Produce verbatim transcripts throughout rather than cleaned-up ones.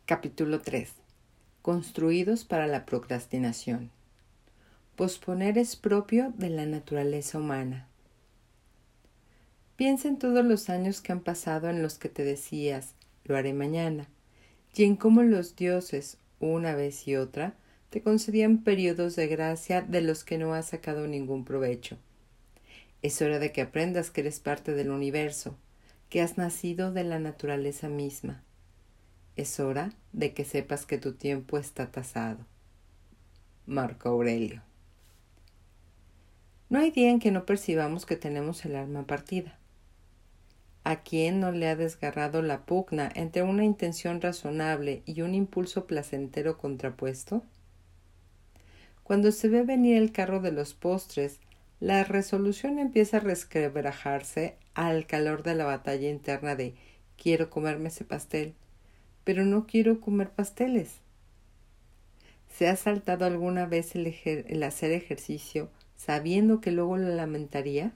Capítulo tres. Construidos para la procrastinación. Posponer es propio de la naturaleza humana. Piensa en todos los años que han pasado en los que te decías, lo haré mañana, y en cómo los dioses, una vez y otra, te concedían periodos de gracia de los que no has sacado ningún provecho. Es hora de que aprendas que eres parte del universo, que has nacido de la naturaleza misma. Es hora de que sepas que tu tiempo está tasado. Marco Aurelio. No hay día en que no percibamos que tenemos el alma partida. ¿A quién no le ha desgarrado la pugna entre una intención razonable y un impulso placentero contrapuesto? Cuando se ve venir el carro de los postres, la resolución empieza a resquebrajarse al calor de la batalla interna de quiero comerme ese pastel, pero no quiero comer pasteles. ¿Se ha saltado alguna vez el, ejer- el hacer ejercicio sabiendo que luego lo lamentaría?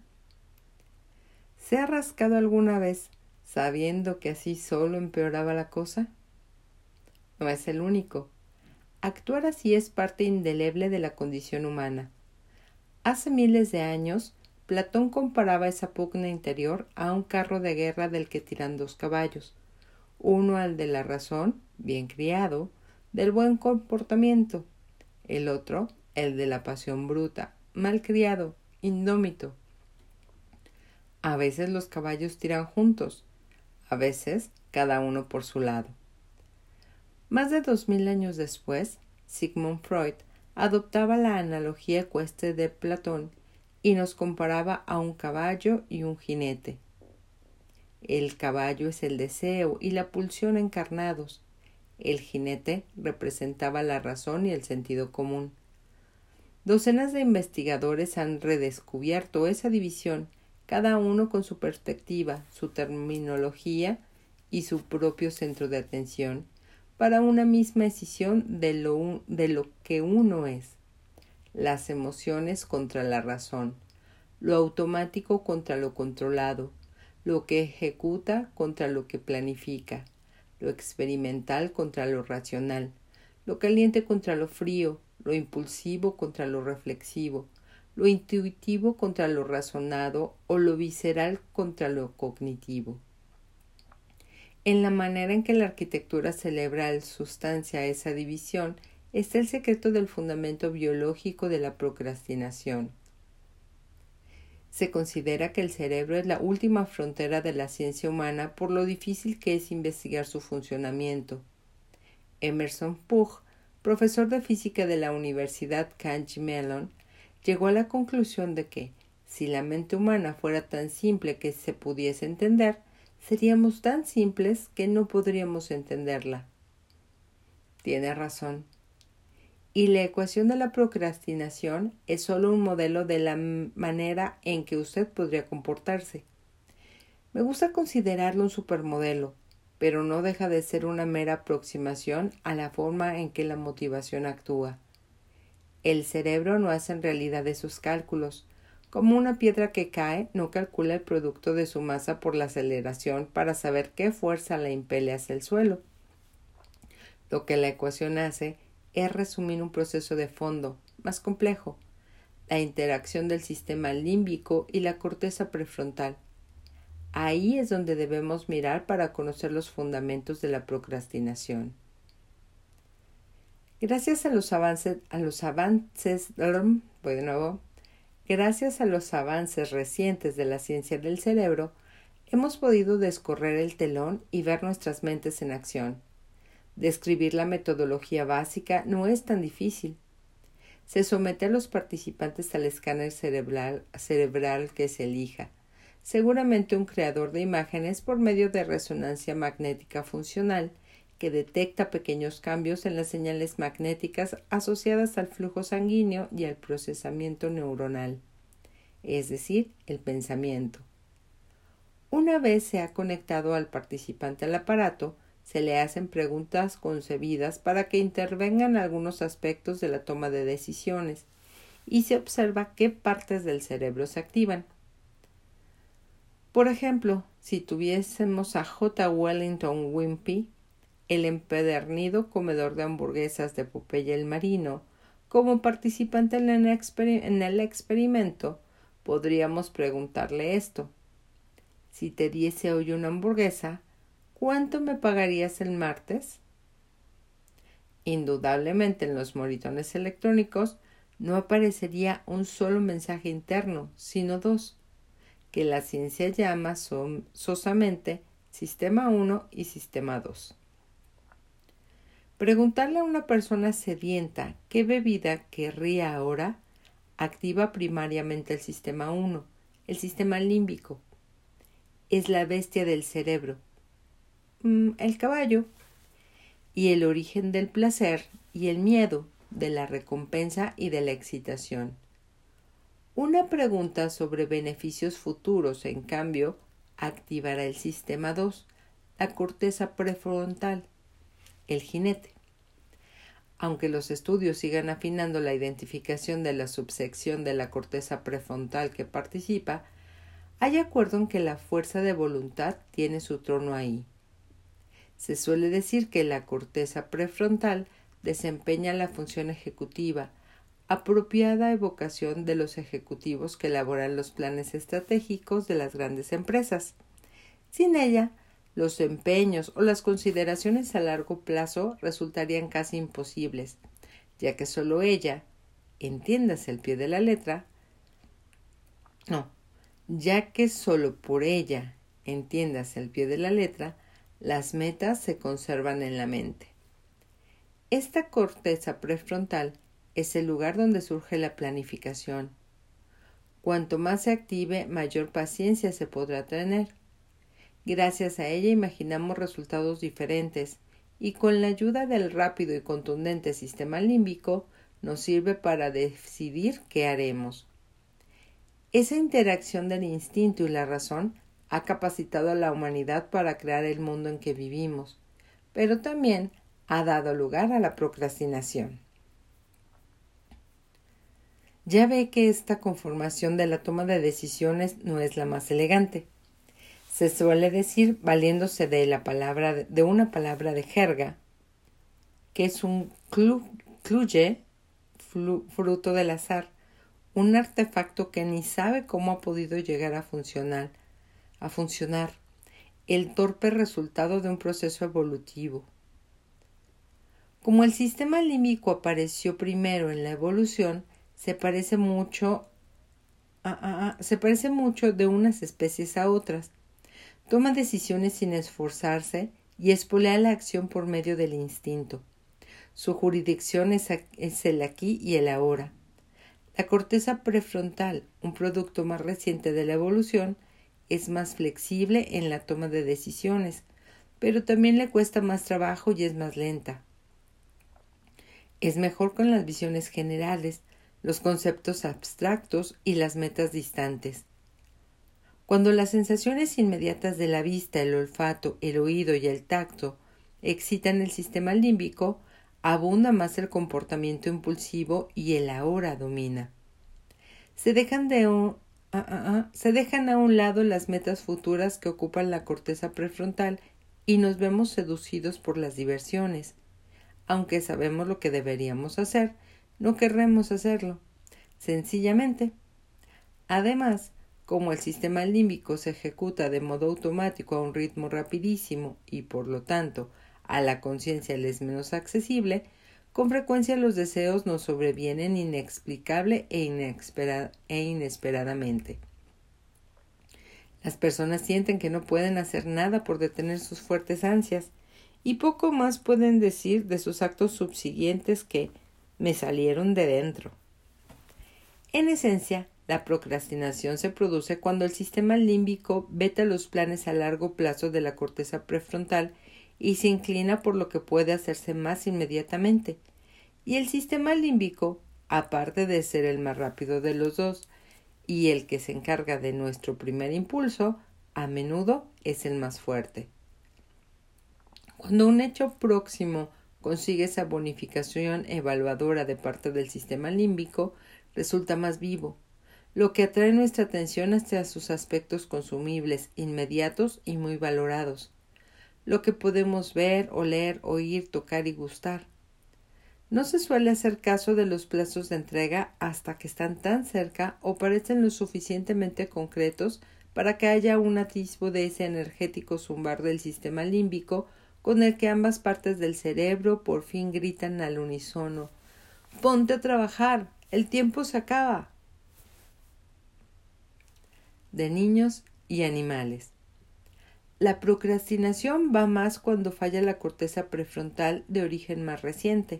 ¿Se ha rascado alguna vez sabiendo que así solo empeoraba la cosa? No es el único. Actuar así es parte indeleble de la condición humana. Hace miles de años, Platón comparaba esa pugna interior a un carro de guerra del que tiran dos caballos, uno al de la razón, bien criado, del buen comportamiento, el otro, el de la pasión bruta, mal criado, indómito. A veces los caballos tiran juntos, a veces cada uno por su lado. Más de dos mil años después, Sigmund Freud adoptaba la analogía ecuestre de Platón y nos comparaba a un caballo y un jinete. El caballo es el deseo y la pulsión encarnados. El jinete representaba la razón y el sentido común. Docenas de investigadores han redescubierto esa división, cada uno con su perspectiva, su terminología y su propio centro de atención, para una misma escisión de lo, de lo que uno es. Las emociones contra la razón, lo automático contra lo controlado, lo que ejecuta contra lo que planifica, lo experimental contra lo racional, lo caliente contra lo frío, lo impulsivo contra lo reflexivo, lo intuitivo contra lo razonado o lo visceral contra lo cognitivo. En la manera en que la arquitectura cerebral sustancia esa división está el secreto del fundamento biológico de la procrastinación. Se considera que el cerebro es la última frontera de la ciencia humana por lo difícil que es investigar su funcionamiento. Emerson Pugh, profesor de física de la Universidad Carnegie Mellon, llegó a la conclusión de que, si la mente humana fuera tan simple que se pudiese entender, seríamos tan simples que no podríamos entenderla. Tiene razón. Y la ecuación de la procrastinación es solo un modelo de la manera en que usted podría comportarse. Me gusta considerarlo un supermodelo, pero no deja de ser una mera aproximación a la forma en que la motivación actúa. El cerebro no hace en realidad esos cálculos. Como una piedra que cae, no calcula el producto de su masa por la aceleración para saber qué fuerza la impele hacia el suelo. Lo que la ecuación hace es resumir un proceso de fondo, más complejo, la interacción del sistema límbico y la corteza prefrontal. Ahí es donde debemos mirar para conocer los fundamentos de la procrastinación. Gracias a los avances, a los avances, voy de nuevo, gracias a los avances recientes de la ciencia del cerebro, hemos podido descorrer el telón y ver nuestras mentes en acción. Describir la metodología básica no es tan difícil. Se somete a los participantes al escáner cerebral, cerebral que se elija, seguramente un creador de imágenes por medio de resonancia magnética funcional que detecta pequeños cambios en las señales magnéticas asociadas al flujo sanguíneo y al procesamiento neuronal, es decir, el pensamiento. Una vez se ha conectado al participante al aparato, se le hacen preguntas concebidas para que intervengan algunos aspectos de la toma de decisiones y se observa qué partes del cerebro se activan. Por ejemplo, si tuviésemos a J. Wellington Wimpy, el empedernido comedor de hamburguesas de Popeye el Marino, como participante en el, exper- en el experimento, podríamos preguntarle esto. Si te diese hoy una hamburguesa, ¿cuánto me pagarías el martes? Indudablemente en los moritones electrónicos no aparecería un solo mensaje interno, sino dos, que la ciencia llama son, sosamente Sistema uno y Sistema dos. Preguntarle a una persona sedienta qué bebida querría ahora activa primariamente el Sistema uno, el sistema límbico. Es la bestia del cerebro, mm, el caballo, y el origen del placer y el miedo, de la recompensa y de la excitación. Una pregunta sobre beneficios futuros, en cambio, activará el sistema dos, la corteza prefrontal, el jinete. Aunque los estudios sigan afinando la identificación de la subsección de la corteza prefrontal que participa, hay acuerdo en que la fuerza de voluntad tiene su trono ahí. Se suele decir que la corteza prefrontal desempeña la función ejecutiva, apropiada evocación de los ejecutivos que elaboran los planes estratégicos de las grandes empresas. Sin ella, los empeños o las consideraciones a largo plazo resultarían casi imposibles, ya que solo ella, entiéndase al pie de la letra, no, ya que solo por ella, entiéndase al pie de la letra, las metas se conservan en la mente. Esta corteza prefrontal es el lugar donde surge la planificación. Cuanto más se active, mayor paciencia se podrá tener. Gracias a ella imaginamos resultados diferentes y con la ayuda del rápido y contundente sistema límbico nos sirve para decidir qué haremos. Esa interacción del instinto y la razón ha capacitado a la humanidad para crear el mundo en que vivimos, pero también ha dado lugar a la procrastinación. Ya ve que esta conformación de la toma de decisiones no es la más elegante. Se suele decir, valiéndose de la palabra de una palabra de jerga, que es un cluye, fruto del azar, un artefacto que ni sabe cómo ha podido llegar a funcionar, a funcionar, el torpe resultado de un proceso evolutivo. Como el sistema límbico apareció primero en la evolución, se parece mucho, ah, ah, ah, se parece mucho de unas especies a otras. Toma decisiones sin esforzarse y espolea la acción por medio del instinto. Su jurisdicción es, es el aquí y el ahora. La corteza prefrontal, un producto más reciente de la evolución, es más flexible en la toma de decisiones, pero también le cuesta más trabajo y es más lenta. Es mejor con las visiones generales, los conceptos abstractos y las metas distantes. Cuando las sensaciones inmediatas de la vista, el olfato, el oído y el tacto excitan el sistema límbico, abunda más el comportamiento impulsivo y el ahora domina. Se dejan, de un, ah, ah, ah, se dejan a un lado las metas futuras que ocupan la corteza prefrontal y nos vemos seducidos por las diversiones. Aunque sabemos lo que deberíamos hacer, no querremos hacerlo. Sencillamente. Además, como el sistema límbico se ejecuta de modo automático a un ritmo rapidísimo y, por lo tanto, a la conciencia le es menos accesible, con frecuencia los deseos nos sobrevienen inexplicable e, inespera- e inesperadamente. Las personas sienten que no pueden hacer nada por detener sus fuertes ansias, y poco más pueden decir de sus actos subsiguientes que me salieron de dentro. En esencia, la procrastinación se produce cuando el sistema límbico veta los planes a largo plazo de la corteza prefrontal y se inclina por lo que puede hacerse más inmediatamente. Y el sistema límbico, aparte de ser el más rápido de los dos y el que se encarga de nuestro primer impulso, a menudo es el más fuerte. Cuando un hecho próximo consigue esa bonificación evaluadora de parte del sistema límbico, resulta más vivo, lo que atrae nuestra atención hacia sus aspectos consumibles, inmediatos y muy valorados. lo que podemos ver, oler, oír, tocar y gustar. No se suele hacer caso de los plazos de entrega hasta que están tan cerca o parecen lo suficientemente concretos para que haya un atisbo de ese energético zumbar del sistema límbico con el que ambas partes del cerebro por fin gritan al unísono: «¡Ponte a trabajar! ¡El tiempo se acaba!». De niños y animales. La procrastinación va más cuando falla la corteza prefrontal de origen más reciente.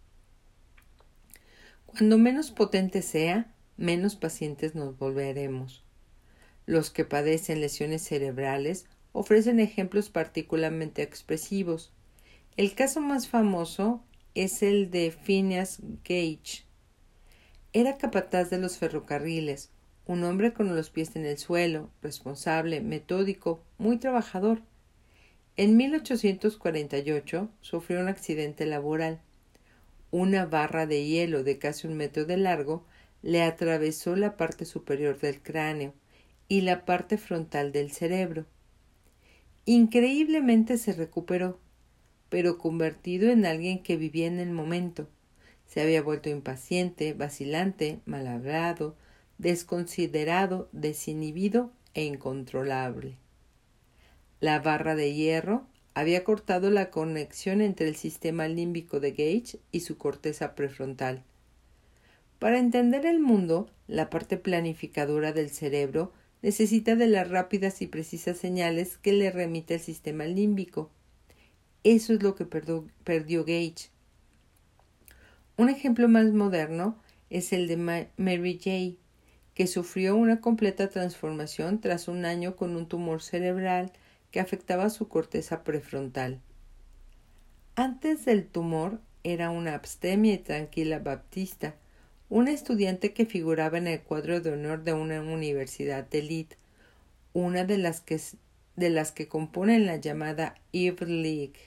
Cuando menos potente sea, menos pacientes nos volveremos. Los que padecen lesiones cerebrales ofrecen ejemplos particularmente expresivos. El caso más famoso es el de Phineas Gage. Era capataz de los ferrocarriles, un hombre con los pies en el suelo, responsable, metódico, muy trabajador. En mil ochocientos cuarenta y ocho sufrió un accidente laboral. Una barra de hielo de casi un metro de largo le atravesó la parte superior del cráneo y la parte frontal del cerebro. Increíblemente se recuperó, pero convertido en alguien que vivía en el momento. Se había vuelto impaciente, vacilante, malhablado, desconsiderado, desinhibido e incontrolable. La barra de hierro había cortado la conexión entre el sistema límbico de Gage y su corteza prefrontal. Para entender el mundo, la parte planificadora del cerebro necesita de las rápidas y precisas señales que le remite el sistema límbico. Eso es lo que perdió, perdió Gage. Un ejemplo más moderno es el de Mary J., que sufrió una completa transformación tras un año con un tumor cerebral que afectaba su corteza prefrontal. Antes del tumor era una abstemia y tranquila baptista, una estudiante que figuraba en el cuadro de honor de una universidad de élite, una de las que, de las que componen la llamada Ivy League.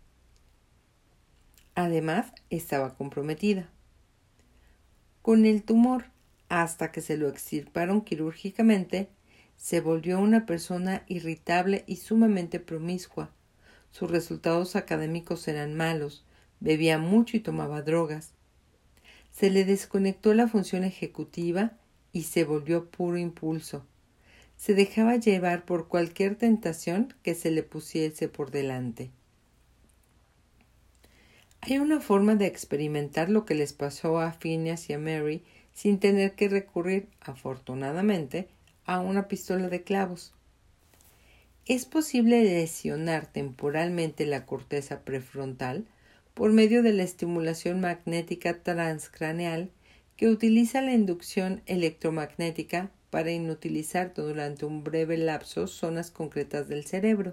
Además, estaba comprometida. Con el tumor, hasta que se lo extirparon quirúrgicamente, se volvió una persona irritable y sumamente promiscua. Sus resultados académicos eran malos, bebía mucho y tomaba drogas. Se le desconectó la función ejecutiva y se volvió puro impulso. Se dejaba llevar por cualquier tentación que se le pusiese por delante. Hay una forma de experimentar lo que les pasó a Phineas y a Mary sin tener que recurrir, afortunadamente, a una pistola de clavos. Es posible lesionar temporalmente la corteza prefrontal por medio de la estimulación magnética transcraneal que utiliza la inducción electromagnética para inutilizar durante un breve lapso zonas concretas del cerebro.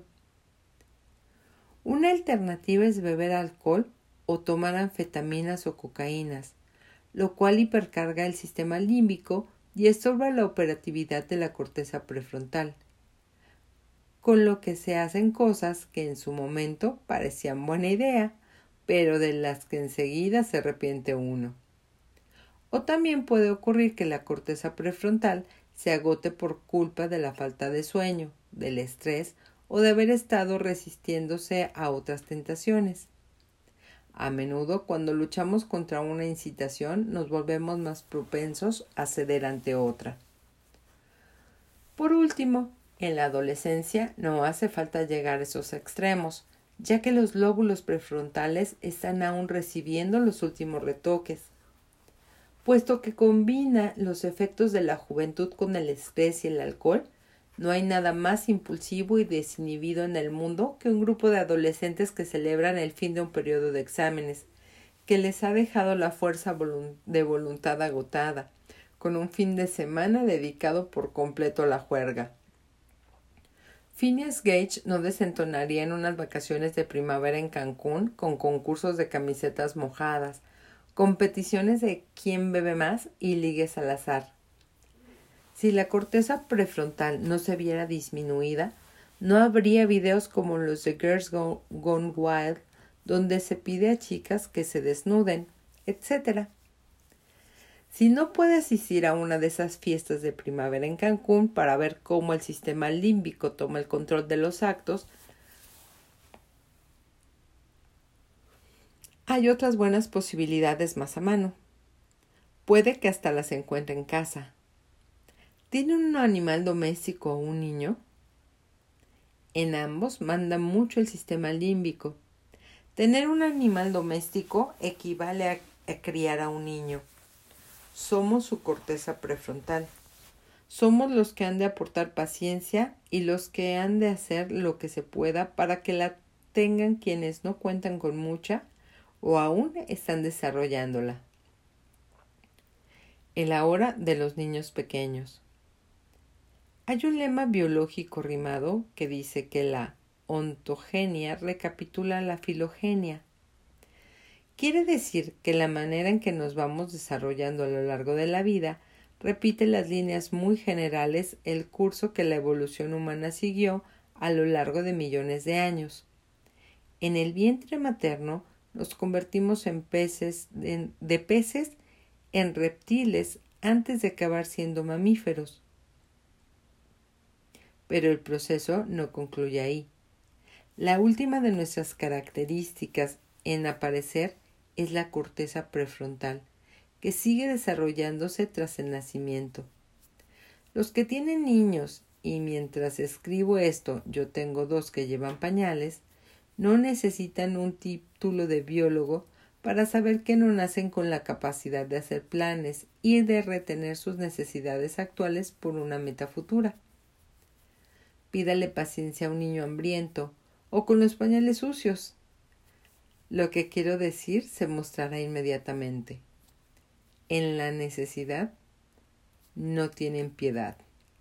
Una alternativa es beber alcohol o tomar anfetaminas o cocaínas, lo cual hipercarga el sistema límbico y estorba la operatividad de la corteza prefrontal, con lo que se hacen cosas que en su momento parecían buena idea, pero de las que enseguida se arrepiente uno. O también puede ocurrir que la corteza prefrontal se agote por culpa de la falta de sueño, del estrés o de haber estado resistiéndose a otras tentaciones. A menudo, cuando luchamos contra una incitación, nos volvemos más propensos a ceder ante otra. Por último, en la adolescencia no hace falta llegar a esos extremos, ya que los lóbulos prefrontales están aún recibiendo los últimos retoques. Puesto que combina los efectos de la juventud con el estrés y el alcohol, no hay nada más impulsivo y desinhibido en el mundo que un grupo de adolescentes que celebran el fin de un periodo de exámenes, que les ha dejado la fuerza de voluntad agotada, con un fin de semana dedicado por completo a la juerga. Phineas Gage no desentonaría en unas vacaciones de primavera en Cancún con concursos de camisetas mojadas, competiciones de quién bebe más y ligues al azar. Si la corteza prefrontal no se viera disminuida, no habría videos como los de Girls Gone Wild, donde se pide a chicas que se desnuden, etcétera. Si no puede asistir a una de esas fiestas de primavera en Cancún para ver cómo el sistema límbico toma el control de los actos, Hay otras buenas posibilidades más a mano. Puede que hasta las encuentre en casa. ¿Tiene un animal doméstico o un niño? En ambos manda mucho el sistema límbico. Tener un animal doméstico equivale a, a criar a un niño. Somos su corteza prefrontal. Somos los que han de aportar paciencia y los que han de hacer lo que se pueda para que la tengan quienes no cuentan con mucha o aún están desarrollándola. El ahora de los niños pequeños. Hay un lema biológico rimado que dice que la ontogenia recapitula la filogenia. Quiere decir que la manera en que nos vamos desarrollando a lo largo de la vida repite las líneas muy generales el curso que la evolución humana siguió a lo largo de millones de años. En el vientre materno nos convertimos en peces, de, de peces en reptiles antes de acabar siendo mamíferos. Pero el proceso no concluye ahí. La última de nuestras características en aparecer es la corteza prefrontal, que sigue desarrollándose tras el nacimiento. Los que tienen niños, y mientras escribo esto yo tengo dos que llevan pañales, no necesitan un título de biólogo para saber que no nacen con la capacidad de hacer planes y de retener sus necesidades actuales por una meta futura. Pídale paciencia a un niño hambriento o con los pañales sucios. Lo que quiero decir se mostrará inmediatamente. En la necesidad no tienen piedad.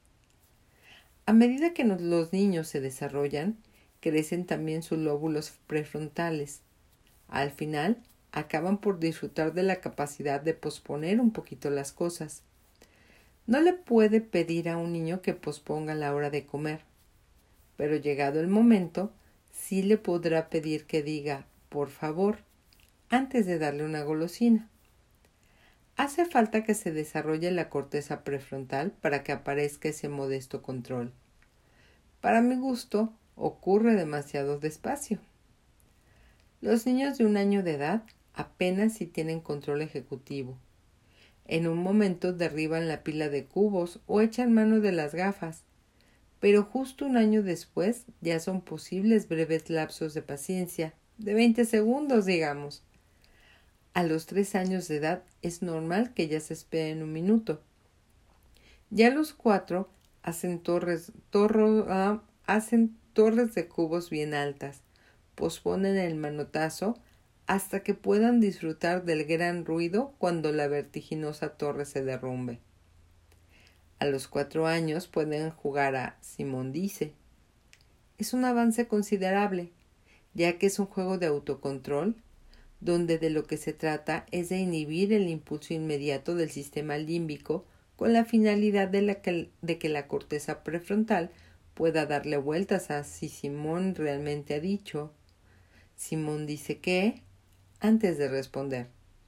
A medida que los niños se desarrollan, crecen también sus lóbulos prefrontales. Al final, acaban por disfrutar de la capacidad de posponer un poquito las cosas. No le puede pedir a un niño que posponga la hora de comer, pero llegado el momento, sí le podrá pedir que diga, por favor, antes de darle una golosina. Hace falta que se desarrolle la corteza prefrontal para que aparezca ese modesto control. Para mi gusto, ocurre demasiado despacio. Los niños de un año de edad apenas si tienen control ejecutivo. En un momento derriban la pila de cubos o echan mano de las gafas, pero justo un año después ya son posibles breves lapsos de paciencia, de veinte segundos, digamos. A los tres años de edad es normal que ya se esperen un minuto. Ya a los cuatro hacen torres, torro, uh, hacen torres de cubos bien altas, posponen el manotazo hasta que puedan disfrutar del gran ruido cuando la vertiginosa torre se derrumbe. A los cuatro años pueden jugar a Simón dice. Es un avance considerable, ya que es un juego de autocontrol, donde de lo que se trata es de inhibir el impulso inmediato del sistema límbico con la finalidad de, la que, de que la corteza prefrontal pueda darle vueltas a si Simón realmente ha dicho. Simón dice que, antes de responder.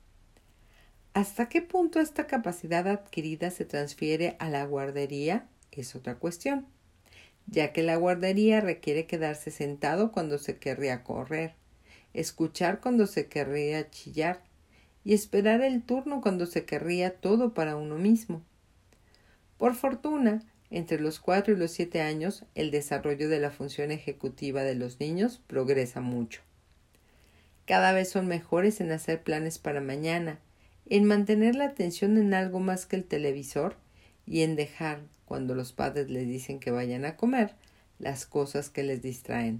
¿Hasta qué punto esta capacidad adquirida se transfiere a la guardería? Es otra cuestión, ya que la guardería requiere quedarse sentado cuando se querría correr, escuchar cuando se querría chillar y esperar el turno cuando se querría todo para uno mismo. Por fortuna, entre los cuatro y los siete años, el desarrollo de la función ejecutiva de los niños progresa mucho. Cada vez son mejores en hacer planes para mañana, en mantener la atención en algo más que el televisor y en dejar, cuando los padres les dicen que vayan a comer, las cosas que les distraen.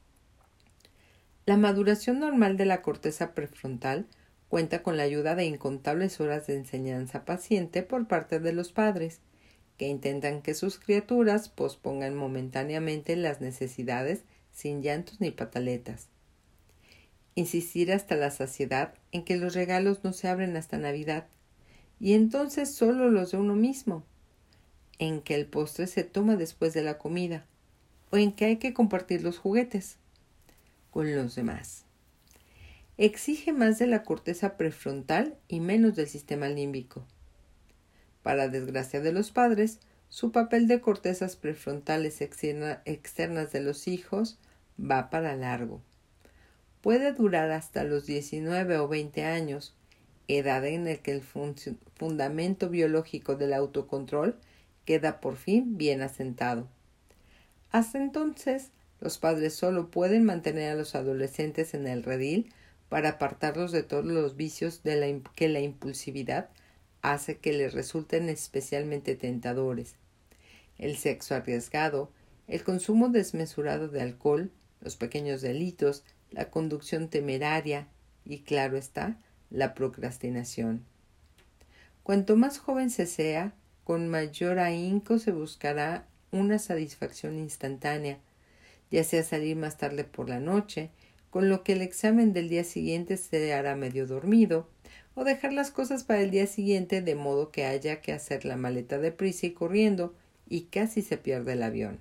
La maduración normal de la corteza prefrontal cuenta con la ayuda de incontables horas de enseñanza paciente por parte de los padres, que intentan que sus criaturas pospongan momentáneamente las necesidades sin llantos ni pataletas. Insistir hasta la saciedad en que los regalos no se abren hasta Navidad, y entonces solo los de uno mismo, en que el postre se toma después de la comida, o en que hay que compartir los juguetes con los demás. Exige más de la corteza prefrontal y menos del sistema límbico. Para desgracia de los padres, su papel de cortezas prefrontales externa, externas de los hijos va para largo. puede durar hasta los diecinueve o veinte años, edad en la que el fundamento biológico del autocontrol queda por fin bien asentado. Hasta entonces, los padres solo pueden mantener a los adolescentes en el redil para apartarlos de todos los vicios de la que la impulsividad hace que les resulten especialmente tentadores. El sexo arriesgado, el consumo desmesurado de alcohol, los pequeños delitos, la conducción temeraria y, claro está, la procrastinación. Cuanto más joven se sea, con mayor ahínco se buscará una satisfacción instantánea, ya sea salir más tarde por la noche, con lo que el examen del día siguiente se hará medio dormido, o dejar las cosas para el día siguiente de modo que haya que hacer la maleta deprisa y corriendo, y casi se pierde el avión.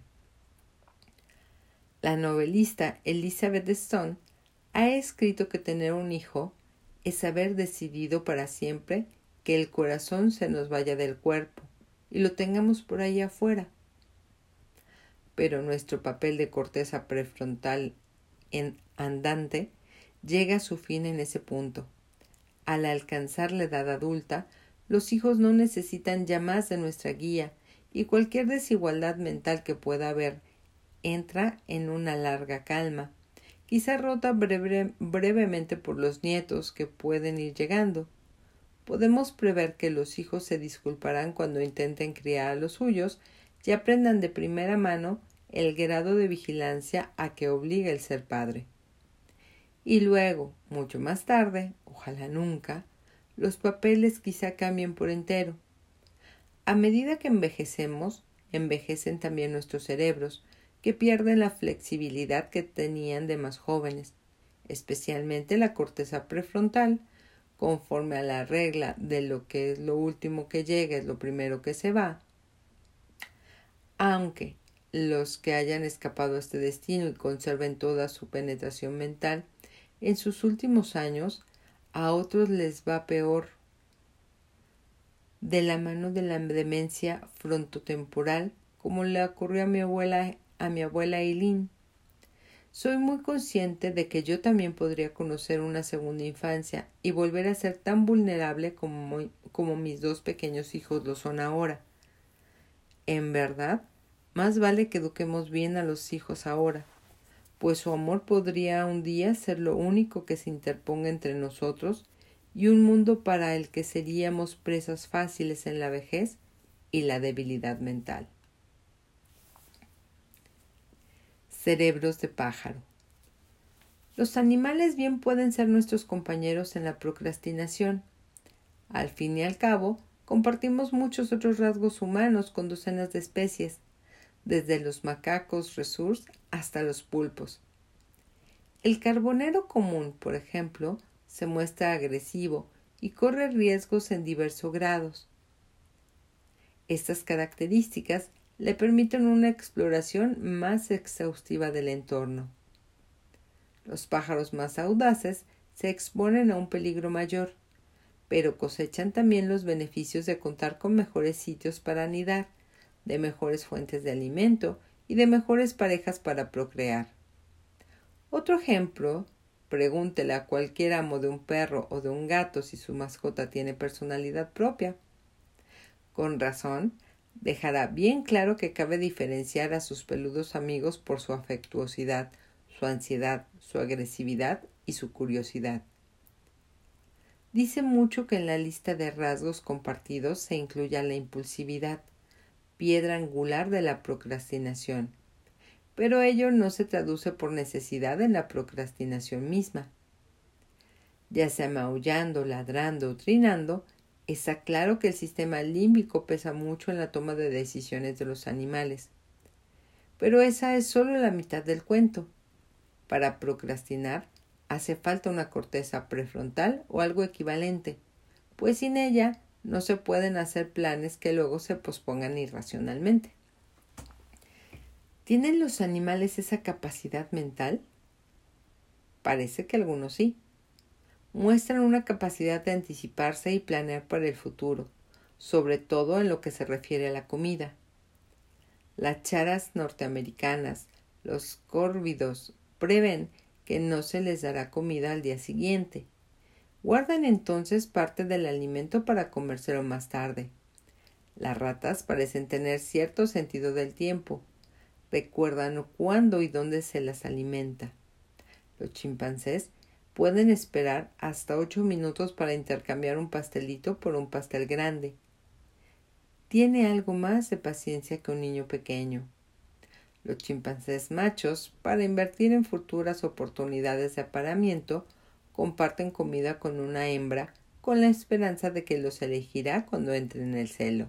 La novelista Elizabeth Stone ha escrito que tener un hijo es haber decidido para siempre que el corazón se nos vaya del cuerpo y lo tengamos por ahí afuera. Pero nuestro papel de corteza prefrontal en andante llega a su fin en ese punto. Al alcanzar la edad adulta, los hijos no necesitan ya más de nuestra guía y cualquier desigualdad mental que pueda haber entra en una larga calma, quizá rota breve, brevemente por los nietos que pueden ir llegando. Podemos prever que los hijos se disculparán cuando intenten criar a los suyos y aprendan de primera mano el grado de vigilancia a que obliga el ser padre. Y luego, mucho más tarde, ojalá nunca, los papeles quizá cambien por entero. A medida que envejecemos, envejecen también nuestros cerebros, que pierden la flexibilidad que tenían de más jóvenes, especialmente la corteza prefrontal, conforme a la regla de lo que es lo último que llega es lo primero que se va. Aunque los que hayan escapado a este destino y conserven toda su penetración mental, en sus últimos años a otros les va peor, de la mano de la demencia frontotemporal, como le ocurrió a mi abuela a mi abuela Eileen. Soy muy consciente de que yo también podría conocer una segunda infancia y volver a ser tan vulnerable como, como mis dos pequeños hijos lo son ahora. En verdad, más vale que eduquemos bien a los hijos ahora, pues su amor podría un día ser lo único que se interponga entre nosotros y un mundo para el que seríamos presas fáciles en la vejez y la debilidad mental. Cerebros de pájaro. Los animales bien pueden ser nuestros compañeros en la procrastinación. Al fin y al cabo, compartimos muchos otros rasgos humanos con docenas de especies, desde los macacos resurs hasta los pulpos. El carbonero común, por ejemplo, se muestra agresivo y corre riesgos en diversos grados. Estas características le permiten una exploración más exhaustiva del entorno. Los pájaros más audaces se exponen a un peligro mayor, pero cosechan también los beneficios de contar con mejores sitios para anidar, de mejores fuentes de alimento y de mejores parejas para procrear. Otro ejemplo, pregúntele a cualquier amo de un perro o de un gato si su mascota tiene personalidad propia. Con razón, dejará bien claro que cabe diferenciar a sus peludos amigos por su afectuosidad, su ansiedad, su agresividad y su curiosidad. Dice mucho que en la lista de rasgos compartidos se incluya la impulsividad, piedra angular de la procrastinación, pero ello no se traduce por necesidad en la procrastinación misma. Ya sea maullando, ladrando o trinando, está claro que el sistema límbico pesa mucho en la toma de decisiones de los animales. Pero esa es solo la mitad del cuento. Para procrastinar hace falta una corteza prefrontal o algo equivalente, pues sin ella no se pueden hacer planes que luego se pospongan irracionalmente. ¿Tienen los animales esa capacidad mental? Parece que algunos sí. Muestran una capacidad de anticiparse y planear para el futuro, sobre todo en lo que se refiere a la comida. Las charas norteamericanas, los córvidos, prevén que no se les dará comida al día siguiente. Guardan entonces parte del alimento para comérselo más tarde. Las ratas parecen tener cierto sentido del tiempo. Recuerdan cuándo y dónde se las alimenta. Los chimpancés pueden esperar hasta ocho minutos para intercambiar un pastelito por un pastel grande. Tiene algo más de paciencia que un niño pequeño. Los chimpancés machos, para invertir en futuras oportunidades de apareamiento, comparten comida con una hembra con la esperanza de que los elegirá cuando entre en el celo.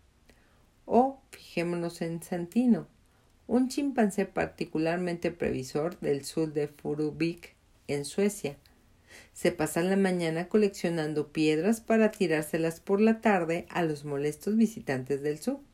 O fijémonos en Santino, un chimpancé particularmente previsor del sur de Furuvik, en Suecia. Se pasa la mañana coleccionando piedras para tirárselas por la tarde a los molestos visitantes del zoo.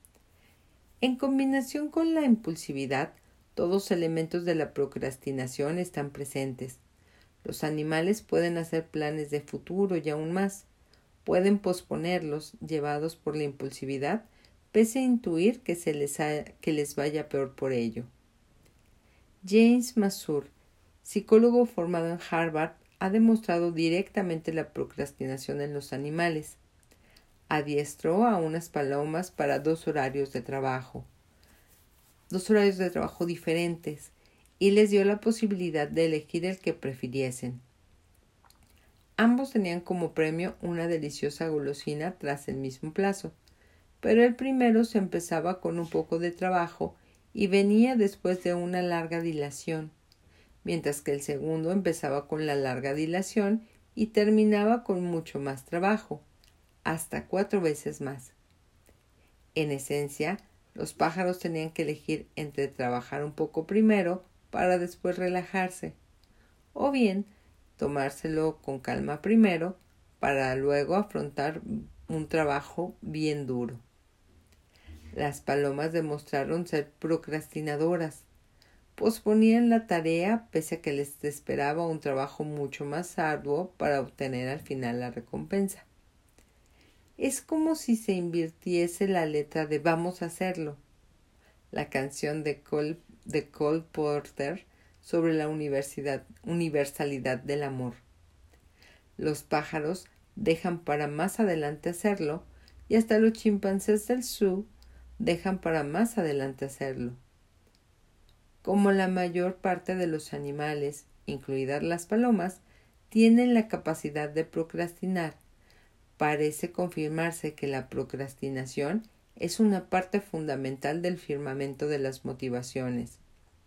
En combinación con la impulsividad, todos los elementos de la procrastinación están presentes. Los animales pueden hacer planes de futuro y aún más. Pueden posponerlos, llevados por la impulsividad, pese a intuir que, se les, ha, que les vaya peor por ello. James Mazur, psicólogo formado en Harvard, ha demostrado directamente la procrastinación en los animales. Adiestró a unas palomas para dos horarios de trabajo, dos horarios de trabajo diferentes, y les dio la posibilidad de elegir el que prefiriesen. Ambos tenían como premio una deliciosa golosina tras el mismo plazo, pero el primero se empezaba con un poco de trabajo y venía después de una larga dilación, mientras que el segundo empezaba con la larga dilación y terminaba con mucho más trabajo, hasta cuatro veces más. En esencia, los pájaros tenían que elegir entre trabajar un poco primero para después relajarse, o bien tomárselo con calma primero para luego afrontar un trabajo bien duro. Las palomas demostraron ser procrastinadoras. Posponían la tarea pese a que les esperaba un trabajo mucho más arduo para obtener al final la recompensa. Es como si se invirtiese la letra de Vamos a hacerlo, la canción de Cole, de Cole Porter sobre la universidad, universalidad del amor. Los pájaros dejan para más adelante hacerlo y hasta los chimpancés del zoo dejan para más adelante hacerlo. Como la mayor parte de los animales, incluidas las palomas, tienen la capacidad de procrastinar, parece confirmarse que la procrastinación es una parte fundamental del firmamento de las motivaciones.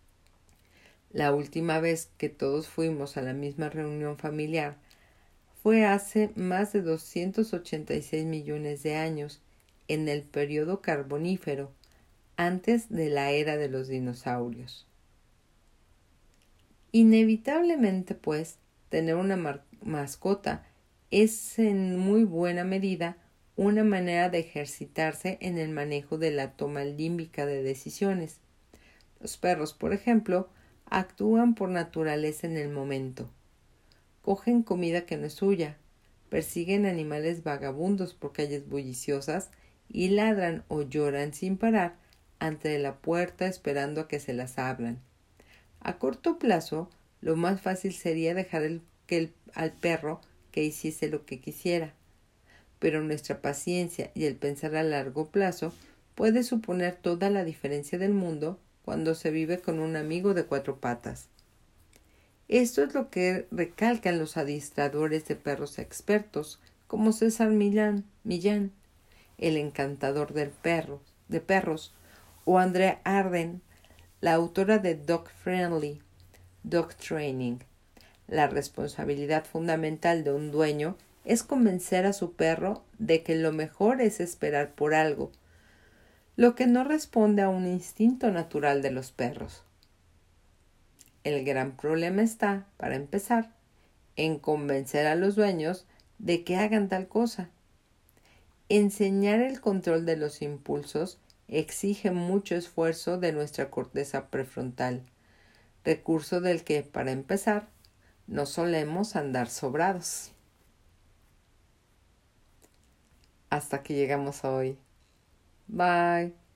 La última vez que todos fuimos a la misma reunión familiar fue hace más de doscientos ochenta y seis millones de años, en el período carbonífero, antes de la era de los dinosaurios. Inevitablemente, pues, tener una mascota es en muy buena medida una manera de ejercitarse en el manejo de la toma límbica de decisiones. Los perros, por ejemplo, actúan por naturaleza en el momento. Cogen comida que no es suya, persiguen animales vagabundos por calles bulliciosas y ladran o lloran sin parar ante la puerta esperando a que se las abran. A corto plazo, lo más fácil sería dejar el, que el, al perro que hiciese lo que quisiera, pero nuestra paciencia y el pensar a largo plazo puede suponer toda la diferencia del mundo cuando se vive con un amigo de cuatro patas. Esto es lo que recalcan los adiestradores de perros expertos, como César Millán, Millán, el encantador del perro, de perros, o Andrea Arden, la autora de Dog Friendly, Dog Training. La responsabilidad fundamental de un dueño es convencer a su perro de que lo mejor es esperar por algo, lo que no responde a un instinto natural de los perros. El gran problema está, para empezar, en convencer a los dueños de que hagan tal cosa. Enseñar el control de los impulsos exige mucho esfuerzo de nuestra corteza prefrontal, recurso del que, para empezar, no solemos andar sobrados. Hasta que llegamos a hoy. Bye.